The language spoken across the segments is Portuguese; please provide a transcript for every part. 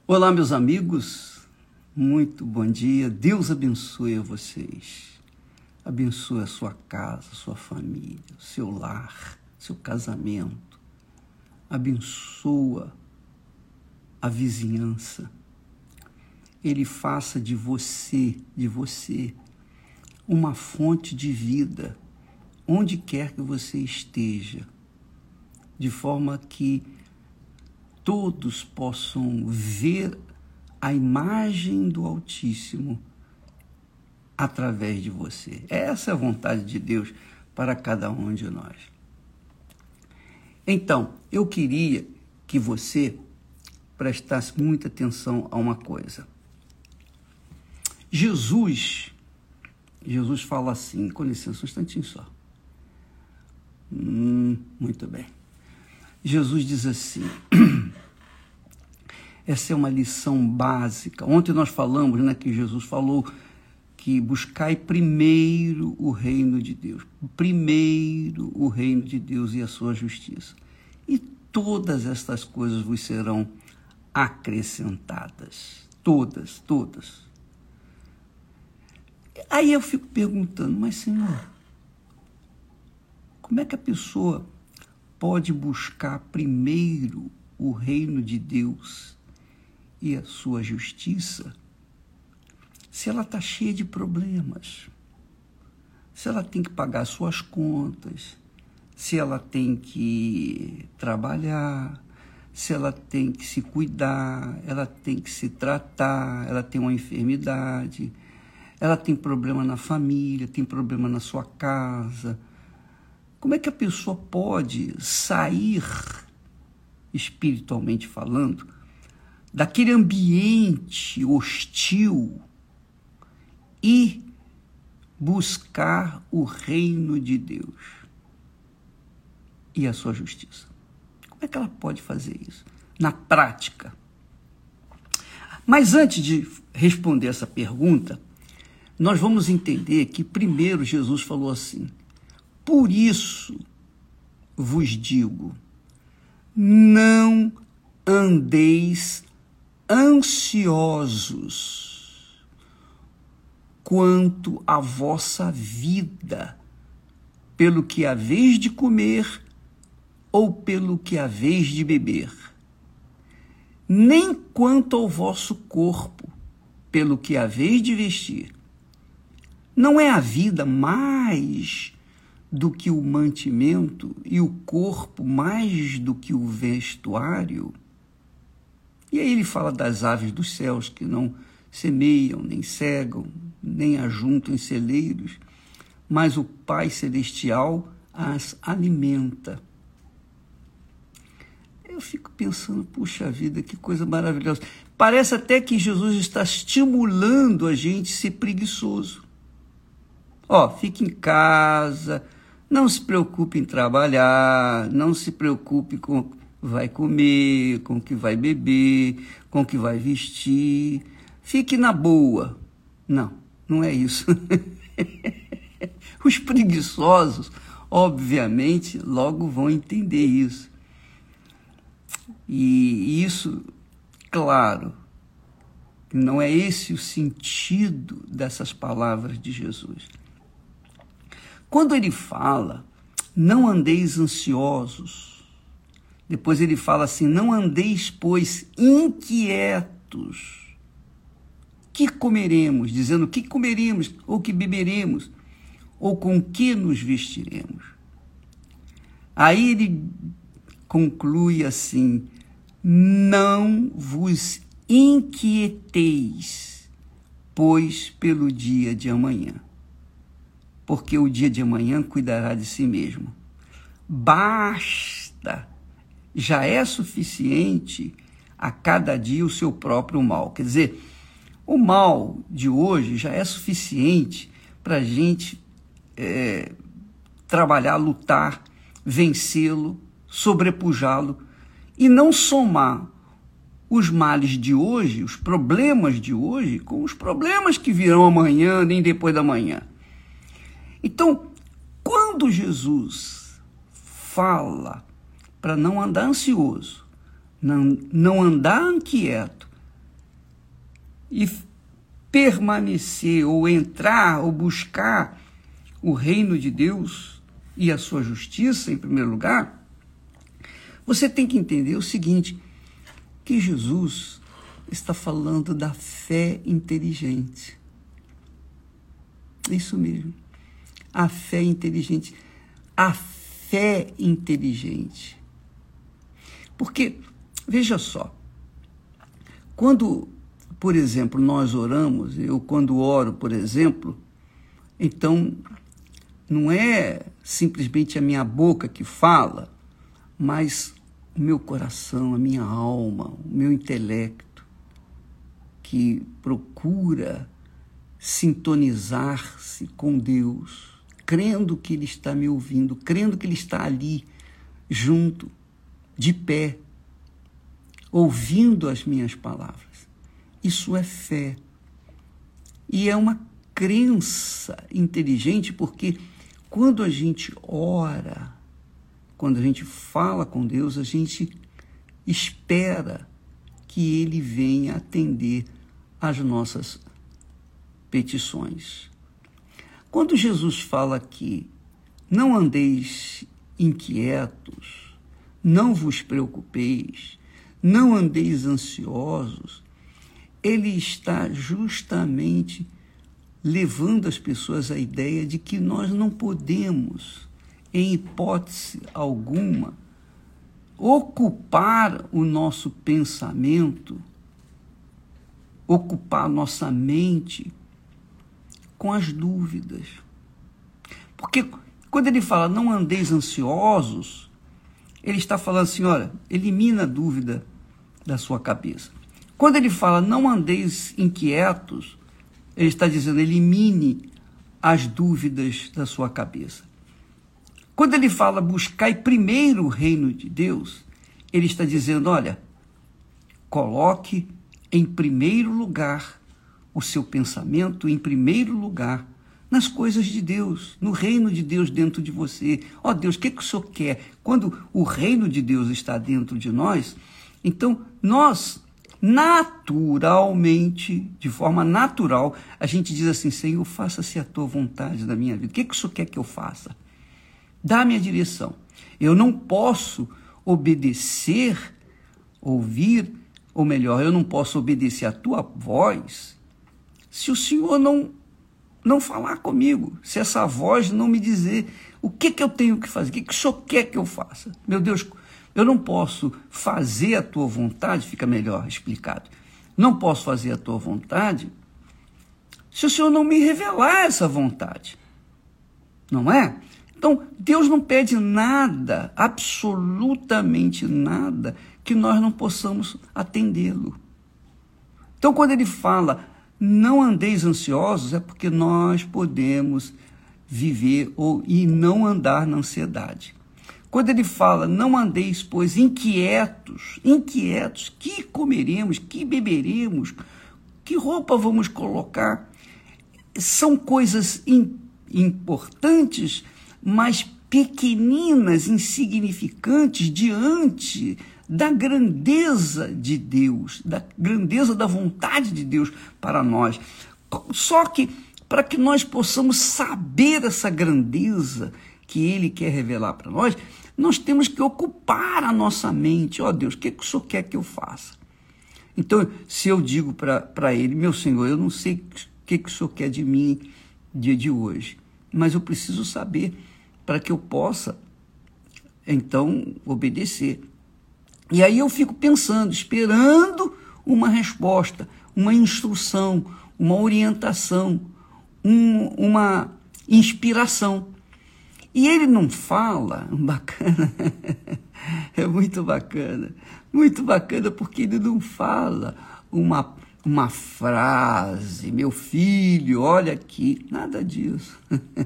Olá, meus amigos, muito bom dia, Deus abençoe a vocês, abençoe a sua casa, a sua família, o seu lar, seu casamento, abençoa a vizinhança, Ele faça de você, uma fonte de vida, onde quer que você esteja, de forma que todos possam ver a imagem do Altíssimo através de você. Essa é a vontade de Deus para cada um de nós. Então, eu queria que você prestasse muita atenção a uma coisa. Jesus fala assim, com licença, um instantinho só. Muito bem. Jesus diz assim, essa é uma lição básica. Ontem nós falamos, que Jesus falou que buscai primeiro o reino de Deus. Primeiro o reino de Deus e a sua justiça. E todas estas coisas vos serão acrescentadas. Todas. Aí eu fico perguntando, mas Senhor, como é que a pessoa pode buscar primeiro o reino de Deus e a sua justiça se ela está cheia de problemas, se ela tem que pagar suas contas, se ela tem que trabalhar, se ela tem que se cuidar, ela tem que se tratar, ela tem uma enfermidade, ela tem problema na família, tem problema na sua casa. Como é que a pessoa pode sair, espiritualmente falando, daquele ambiente hostil e buscar o reino de Deus e a sua justiça? Como é que ela pode fazer isso na prática? Mas antes de responder essa pergunta, nós vamos entender que primeiro Jesus falou assim: por isso vos digo, não andeis ansiosos quanto à vossa vida, pelo que haveis de comer ou pelo que haveis de beber, nem quanto ao vosso corpo, pelo que haveis de vestir. Não é a vida mais do que o mantimento e o corpo mais do que o vestuário? E aí ele fala das aves dos céus que não semeiam, nem cegam, nem ajuntam em celeiros, mas o Pai Celestial as alimenta. Eu fico pensando, puxa vida, que coisa maravilhosa. Parece até que Jesus está estimulando a gente a ser preguiçoso. Fique em casa, não se preocupe em trabalhar, não se preocupe com o que vai comer, com o que vai beber, com o que vai vestir. Fique na boa. Não é isso. Os preguiçosos, obviamente, logo vão entender isso. E isso, claro, não é esse o sentido dessas palavras de Jesus. Quando ele fala, não andeis ansiosos, depois ele fala assim, não andeis, pois, inquietos. Que comeremos? Dizendo, que comeremos, ou que beberemos, ou com que nos vestiremos? Aí ele conclui assim, não vos inquieteis, pois, pelo dia de amanhã. Porque o dia de amanhã cuidará de si mesmo. Basta, já é suficiente a cada dia o seu próprio mal. Quer dizer, o mal de hoje já é suficiente para a gente trabalhar, lutar, vencê-lo, sobrepujá-lo e não somar os males de hoje, os problemas de hoje, com os problemas que virão amanhã, nem depois da manhã. Então, quando Jesus fala para não andar ansioso, não andar inquieto, e permanecer, ou entrar, ou buscar o reino de Deus e a sua justiça em primeiro lugar, você tem que entender o seguinte, que Jesus está falando da fé inteligente. Isso mesmo. A fé inteligente. A fé inteligente. Porque, veja só, quando, por exemplo, nós oramos, eu quando oro, por exemplo, então não é simplesmente a minha boca que fala, mas o meu coração, a minha alma, o meu intelecto, que procura sintonizar-se com Deus, crendo que Ele está me ouvindo, crendo que Ele está ali, junto, de pé, ouvindo as minhas palavras. Isso é fé. E é uma crença inteligente, porque quando a gente ora, quando a gente fala com Deus, a gente espera que Ele venha atender às nossas petições. Quando Jesus fala aqui, não andeis inquietos, não vos preocupeis, não andeis ansiosos, Ele está justamente levando as pessoas à ideia de que nós não podemos, em hipótese alguma, ocupar o nosso pensamento, ocupar nossa mente com as dúvidas. Porque quando ele fala não andeis ansiosos, ele está falando assim, olha, elimina a dúvida da sua cabeça. Quando ele fala não andeis inquietos, ele está dizendo elimine as dúvidas da sua cabeça. Quando ele fala buscai primeiro o reino de Deus, ele está dizendo, olha, coloque em primeiro lugar o seu pensamento, em primeiro lugar, nas coisas de Deus, no reino de Deus dentro de você. Ó Deus, o que o Senhor quer? Quando o reino de Deus está dentro de nós, então nós, naturalmente, de forma natural, a gente diz assim, Senhor, faça-se a tua vontade na minha vida. O que o Senhor quer que eu faça? Dá-me a direção. Eu não posso obedecer, ouvir, ou melhor, eu não posso obedecer a tua voz se o Senhor não falar comigo, se essa voz não me dizer o que eu tenho que fazer, o que o Senhor quer que eu faça. Meu Deus, eu não posso fazer a tua vontade, fica melhor explicado, não posso fazer a tua vontade se o Senhor não me revelar essa vontade, não é? Então, Deus não pede nada, absolutamente nada, que nós não possamos atendê-lo. Então, quando ele fala, não andeis ansiosos, é porque nós podemos viver e não andar na ansiedade. Quando ele fala, não andeis, pois, inquietos, que comeremos, que beberemos, que roupa vamos colocar, são coisas importantes, mas pequeninas, insignificantes diante da grandeza de Deus, da grandeza da vontade de Deus para nós. Só que para que nós possamos saber essa grandeza que Ele quer revelar para nós, nós temos que ocupar a nossa mente. Ó Deus, o que o Senhor quer que eu faça? Então, se eu digo para Ele, meu Senhor, eu não sei o que o Senhor quer de mim dia de hoje, mas eu preciso saber para que eu possa, então, obedecer. E aí eu fico pensando, esperando uma resposta, uma instrução, uma orientação, uma inspiração. E ele não fala, bacana, é muito bacana porque ele não fala uma frase, meu filho, olha aqui, nada disso.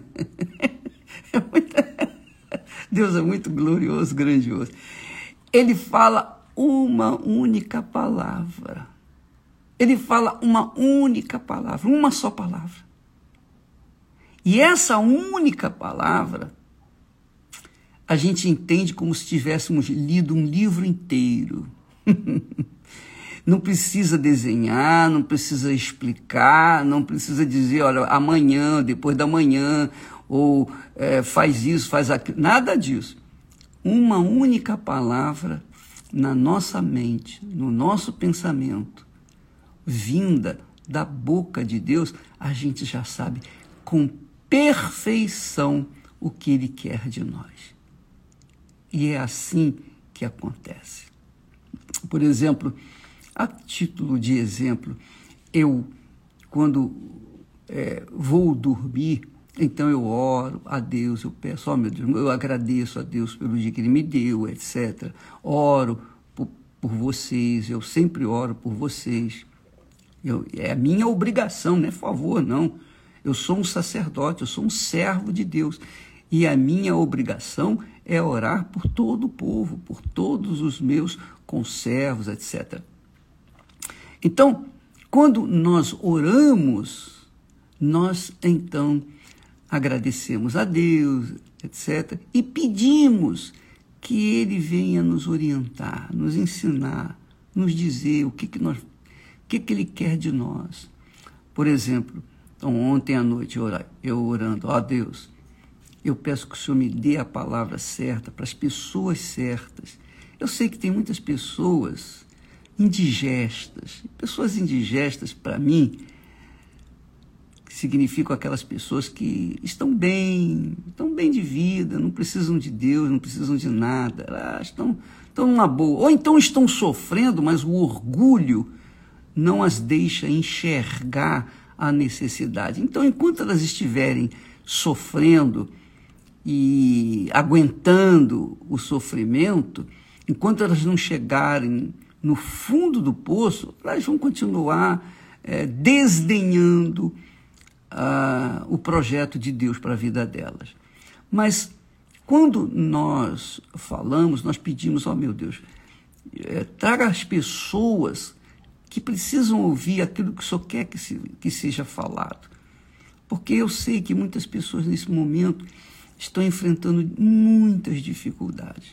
Deus é muito glorioso, grandioso. Ele fala uma única palavra. Ele fala uma única palavra, uma só palavra. E essa única palavra, a gente entende como se tivéssemos lido um livro inteiro. Não precisa desenhar, não precisa explicar, não precisa dizer, olha, amanhã, depois da manhã, ou faz isso, faz aquilo. Nada disso. Uma única palavra na nossa mente, no nosso pensamento, vinda da boca de Deus, a gente já sabe com perfeição o que Ele quer de nós. E é assim que acontece. Por exemplo, a título de exemplo, eu, quando vou dormir, então eu oro a Deus, eu peço, meu Deus, eu agradeço a Deus pelo dia que Ele me deu, etc. Oro por vocês, eu sempre oro por vocês. É a minha obrigação, não é favor, não. Eu sou um sacerdote, eu sou um servo de Deus. E a minha obrigação é orar por todo o povo, por todos os meus conservos, etc. Então, quando nós oramos, nós então agradecemos a Deus, etc. E pedimos que Ele venha nos orientar, nos ensinar, nos dizer o que Ele quer de nós. Por exemplo, então, ontem à noite eu orando, ó Deus, eu peço que o Senhor me dê a palavra certa para as pessoas certas. Eu sei que tem muitas pessoas indigestas. Pessoas indigestas, para mim, significam aquelas pessoas que estão bem de vida, não precisam de Deus, não precisam de nada, elas estão numa boa. Ou então estão sofrendo, mas o orgulho não as deixa enxergar a necessidade. Então, enquanto elas estiverem sofrendo e aguentando o sofrimento, enquanto elas não chegarem no fundo do poço, elas vão continuar desdenhando o projeto de Deus para a vida delas. Mas quando nós falamos, nós pedimos, ó meu Deus, traga as pessoas que precisam ouvir aquilo que o Senhor quer que seja falado. Porque eu sei que muitas pessoas nesse momento estão enfrentando muitas dificuldades,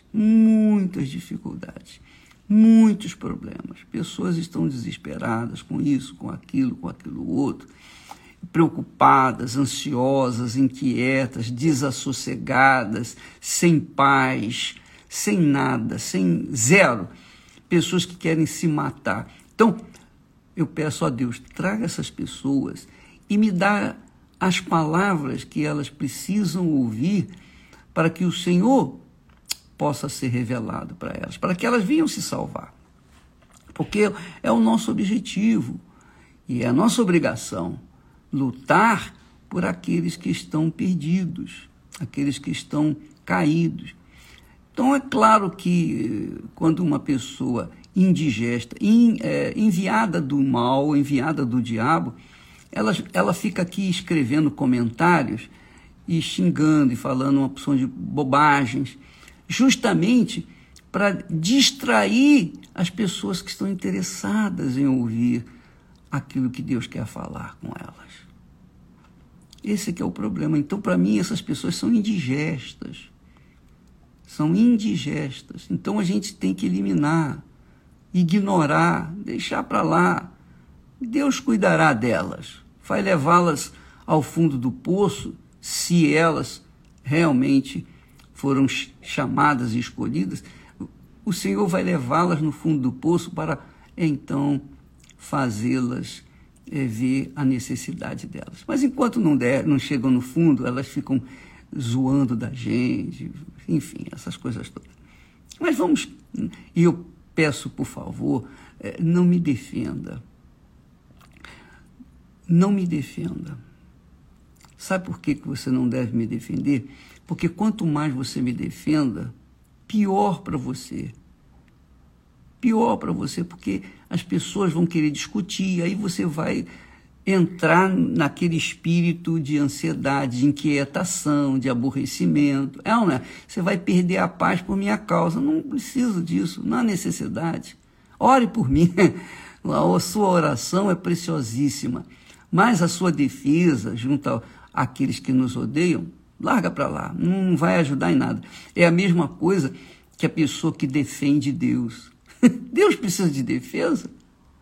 muitos problemas. Pessoas estão desesperadas com isso, com aquilo outro, preocupadas, ansiosas, inquietas, desassossegadas, sem paz, sem nada, sem zero. Pessoas que querem se matar. Então, eu peço a Deus, traga essas pessoas e me dá as palavras que elas precisam ouvir para que o Senhor possa ser revelado para elas, para que elas venham se salvar. Porque é o nosso objetivo e é a nossa obrigação lutar por aqueles que estão perdidos, aqueles que estão caídos. Então, é claro que quando uma pessoa indigesta, enviada do mal, enviada do diabo, ela fica aqui escrevendo comentários e xingando e falando uma porção de bobagens, justamente para distrair as pessoas que estão interessadas em ouvir aquilo que Deus quer falar com elas. Esse que é o problema. Então, para mim, essas pessoas são indigestas. Então, a gente tem que eliminar, ignorar, deixar para lá. Deus cuidará delas, vai levá-las ao fundo do poço, se elas realmente foram chamadas e escolhidas. O Senhor vai levá-las no fundo do poço para, então, fazê-las ver a necessidade delas. Mas enquanto não chegam no fundo, elas ficam zoando da gente, enfim, essas coisas todas. Mas vamos, e eu peço, por favor, não me defenda. Não me defenda. Sabe por que você não deve me defender? Porque quanto mais você me defenda, pior para você. Pior para você, porque as pessoas vão querer discutir, aí você vai entrar naquele espírito de ansiedade, de inquietação, de aborrecimento. Não é? Você vai perder a paz por minha causa. Não preciso disso, não há necessidade. Ore por mim. A sua oração é preciosíssima. Mas a sua defesa junto àqueles que nos odeiam, larga para lá, não vai ajudar em nada. É a mesma coisa que a pessoa que defende Deus. Deus precisa de defesa?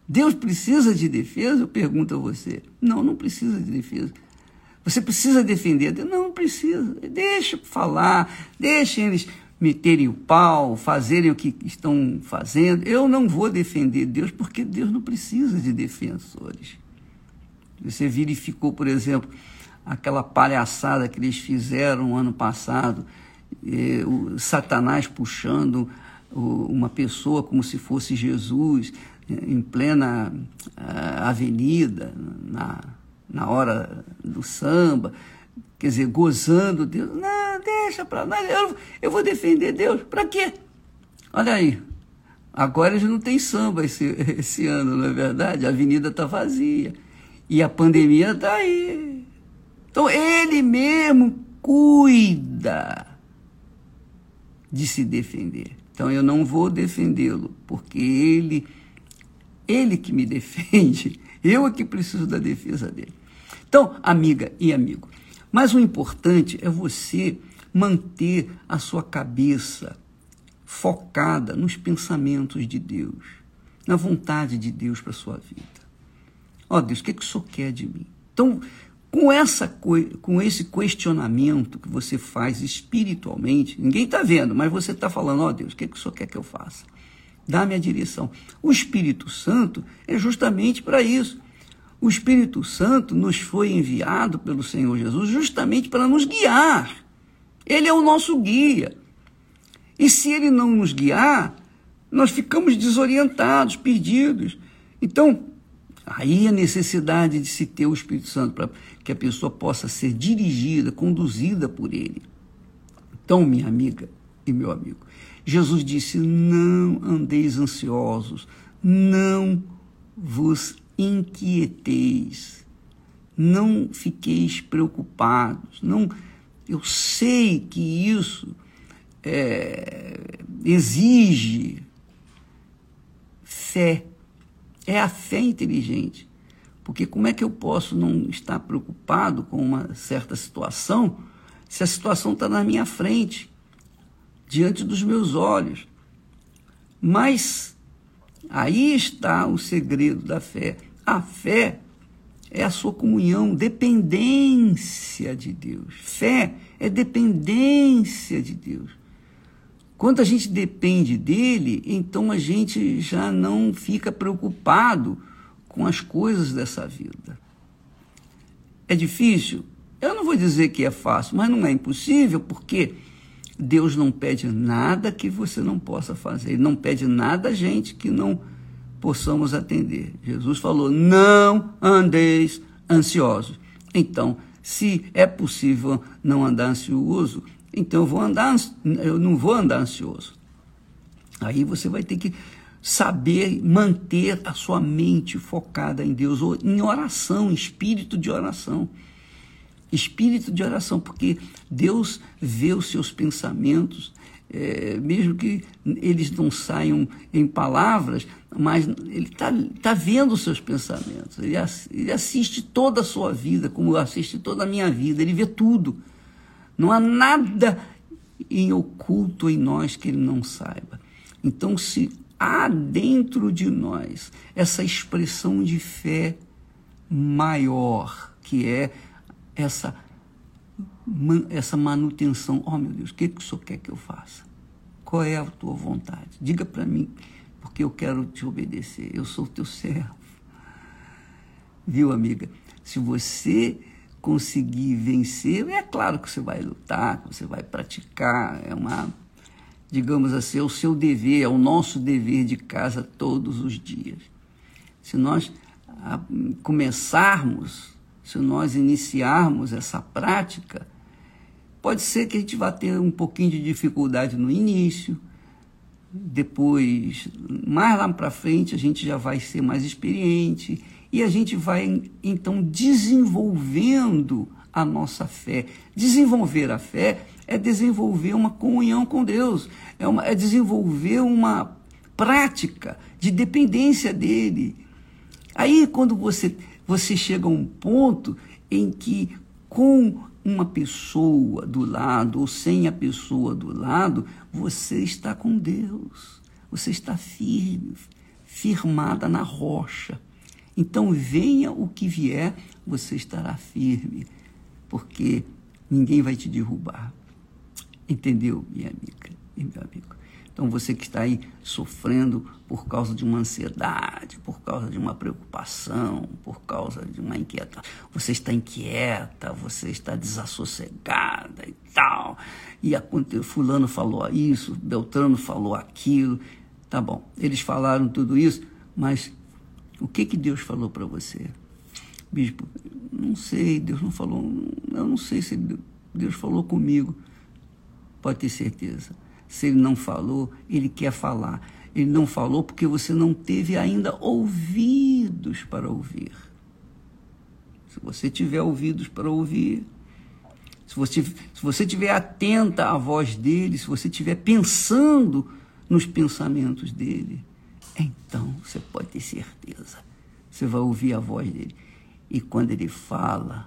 Deus precisa de defesa? Eu pergunto a você. Não, não precisa de defesa. Você precisa defender Deus? Não, não precisa. Deixa falar, deixa eles meterem o pau, fazerem o que estão fazendo. Eu não vou defender Deus, porque Deus não precisa de defensores. Você verificou, por exemplo, aquela palhaçada que eles fizeram ano passado, o Satanás puxando uma pessoa como se fosse Jesus, em plena avenida, na hora do samba, quer dizer, gozando Deus. Não, deixa para lá, eu vou defender Deus. Para quê? Olha aí, agora já não tem samba esse ano, não é verdade? A avenida está vazia e a pandemia está aí. Então, ele mesmo cuida de se defender. Então, eu não vou defendê-lo, porque ele que me defende, eu é que preciso da defesa dele. Então, amiga e amigo, mas o importante é você manter a sua cabeça focada nos pensamentos de Deus, na vontade de Deus para a sua vida. Ó Deus, o que o Senhor quer de mim? Então, com esse questionamento que você faz espiritualmente, ninguém está vendo, mas você está falando, ó Deus, o que o Senhor quer que eu faça? Dá-me a direção. O Espírito Santo é justamente para isso. O Espírito Santo nos foi enviado pelo Senhor Jesus justamente para nos guiar. Ele é o nosso guia. E se ele não nos guiar, nós ficamos desorientados, perdidos. Então, aí a necessidade de se ter o Espírito Santo para que a pessoa possa ser dirigida, conduzida por ele. Então, minha amiga e meu amigo, Jesus disse, não andeis ansiosos, não vos inquieteis, não fiqueis preocupados. Não, eu sei que isso exige fé. É a fé inteligente. Porque como é que eu posso não estar preocupado com uma certa situação se a situação está na minha frente, diante dos meus olhos? Mas aí está o segredo da fé. A fé é a sua comunhão, dependência de Deus. Fé é dependência de Deus. Quando a gente depende dele, então a gente já não fica preocupado com as coisas dessa vida. É difícil? Eu não vou dizer que é fácil, mas não é impossível, porque Deus não pede nada que você não possa fazer. Ele não pede nada a gente que não possamos atender. Jesus falou, não andeis ansiosos. Então, se é possível não andar ansioso, então eu não vou andar ansioso. Aí você vai ter que saber manter a sua mente focada em Deus, ou em oração, em espírito de oração. Espírito de oração, porque Deus vê os seus pensamentos, mesmo que eles não saiam em palavras, mas Ele tá vendo os seus pensamentos. Ele assiste toda a sua vida, como assiste toda a minha vida. Ele vê tudo. Não há nada em oculto em nós que Ele não saiba. Então, se há dentro de nós essa expressão de fé maior, que é essa manutenção, oh meu Deus, o que o Senhor quer que eu faça? Qual é a tua vontade? Diga para mim, porque eu quero te obedecer, eu sou teu servo. Viu, amiga? Se você conseguir vencer, é claro que você vai lutar, que você vai praticar, digamos assim, é o seu dever, é o nosso dever de casa todos os dias. Se nós se nós iniciarmos essa prática, pode ser que a gente vá ter um pouquinho de dificuldade no início, depois, mais lá para frente, a gente já vai ser mais experiente e a gente vai, então, desenvolvendo a nossa fé. Desenvolver a fé é desenvolver uma comunhão com Deus, é desenvolver uma prática de dependência dele. Aí, quando você chega a um ponto em que, com uma pessoa do lado ou sem a pessoa do lado, você está com Deus, você está firme, firmada na rocha. Então, venha o que vier, você estará firme, porque ninguém vai te derrubar. Entendeu, minha amiga e meu amigo? Então, você que está aí sofrendo por causa de uma ansiedade, por causa de uma preocupação, por causa de uma inquietação, você está inquieta, você está desassossegada e tal, e fulano falou isso, Beltrano falou aquilo, tá bom, eles falaram tudo isso, mas o que Deus falou para você? Bispo, não sei, Deus não falou, eu não sei se Deus falou comigo. Pode ter certeza. Se ele não falou, ele quer falar. Ele não falou porque você não teve ainda ouvidos para ouvir. Se você tiver ouvidos para ouvir, se você estiver atenta à voz dele, se você estiver pensando nos pensamentos dele, então você pode ter certeza. Você vai ouvir a voz dele. E quando ele fala,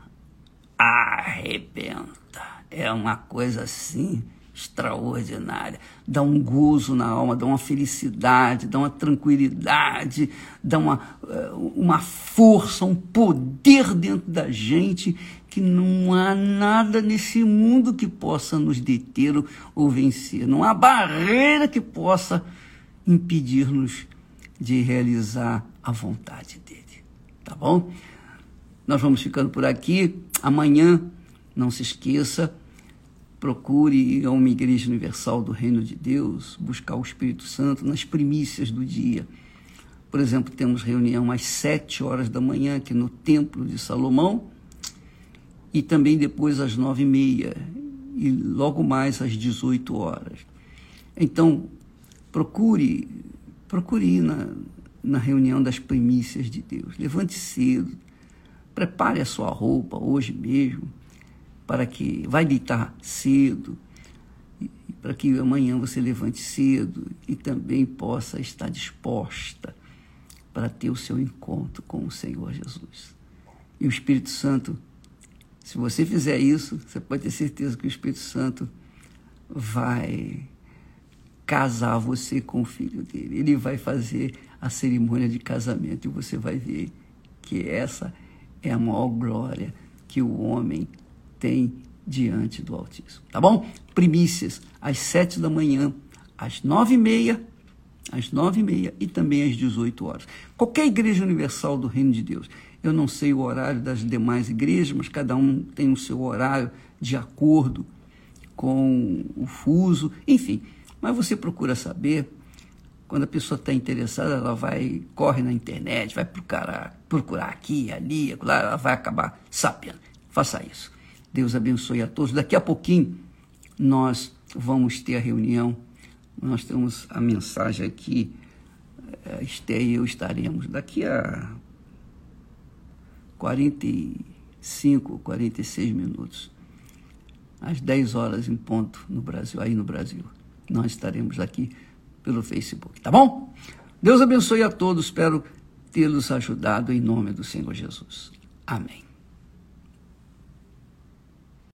arrebenta. É uma coisa assim extraordinária, dá um gozo na alma, dá uma felicidade, dá uma tranquilidade, dá uma força, um poder dentro da gente que não há nada nesse mundo que possa nos deter ou vencer, não há barreira que possa impedir-nos de realizar a vontade dele, tá bom? Nós vamos ficando por aqui. Amanhã, não se esqueça, procure ir a uma igreja universal do Reino de Deus, buscar o Espírito Santo nas primícias do dia. Por exemplo, temos reunião às 7 horas da manhã aqui no Templo de Salomão e também depois às 9h30 e logo mais às 18 horas. Então, procure ir na reunião das primícias de Deus. Levante cedo, prepare a sua roupa hoje mesmo, para que vai deitar cedo, para que amanhã você levante cedo e também possa estar disposta para ter o seu encontro com o Senhor Jesus. E o Espírito Santo, se você fizer isso, você pode ter certeza que o Espírito Santo vai casar você com o filho dele. Ele vai fazer a cerimônia de casamento e você vai ver que essa é a maior glória que o homem tem diante do Altíssimo, tá bom? Primícias, às 7 da manhã, às 9h30, e também às 18 horas. Qualquer igreja universal do Reino de Deus. Eu não sei o horário das demais igrejas, mas cada um tem o seu horário de acordo com o fuso, enfim. Mas você procura saber, quando a pessoa está interessada, ela corre na internet, vai procurar aqui, ali, lá, ela vai acabar sabendo. Faça isso. Deus abençoe a todos. Daqui a pouquinho nós vamos ter a reunião. Nós temos a mensagem aqui. Esther e eu estaremos daqui a 45, 46 minutos. Às 10 horas em ponto no Brasil, aí no Brasil. Nós estaremos aqui pelo Facebook, tá bom? Deus abençoe a todos. Espero tê-los ajudado em nome do Senhor Jesus. Amém.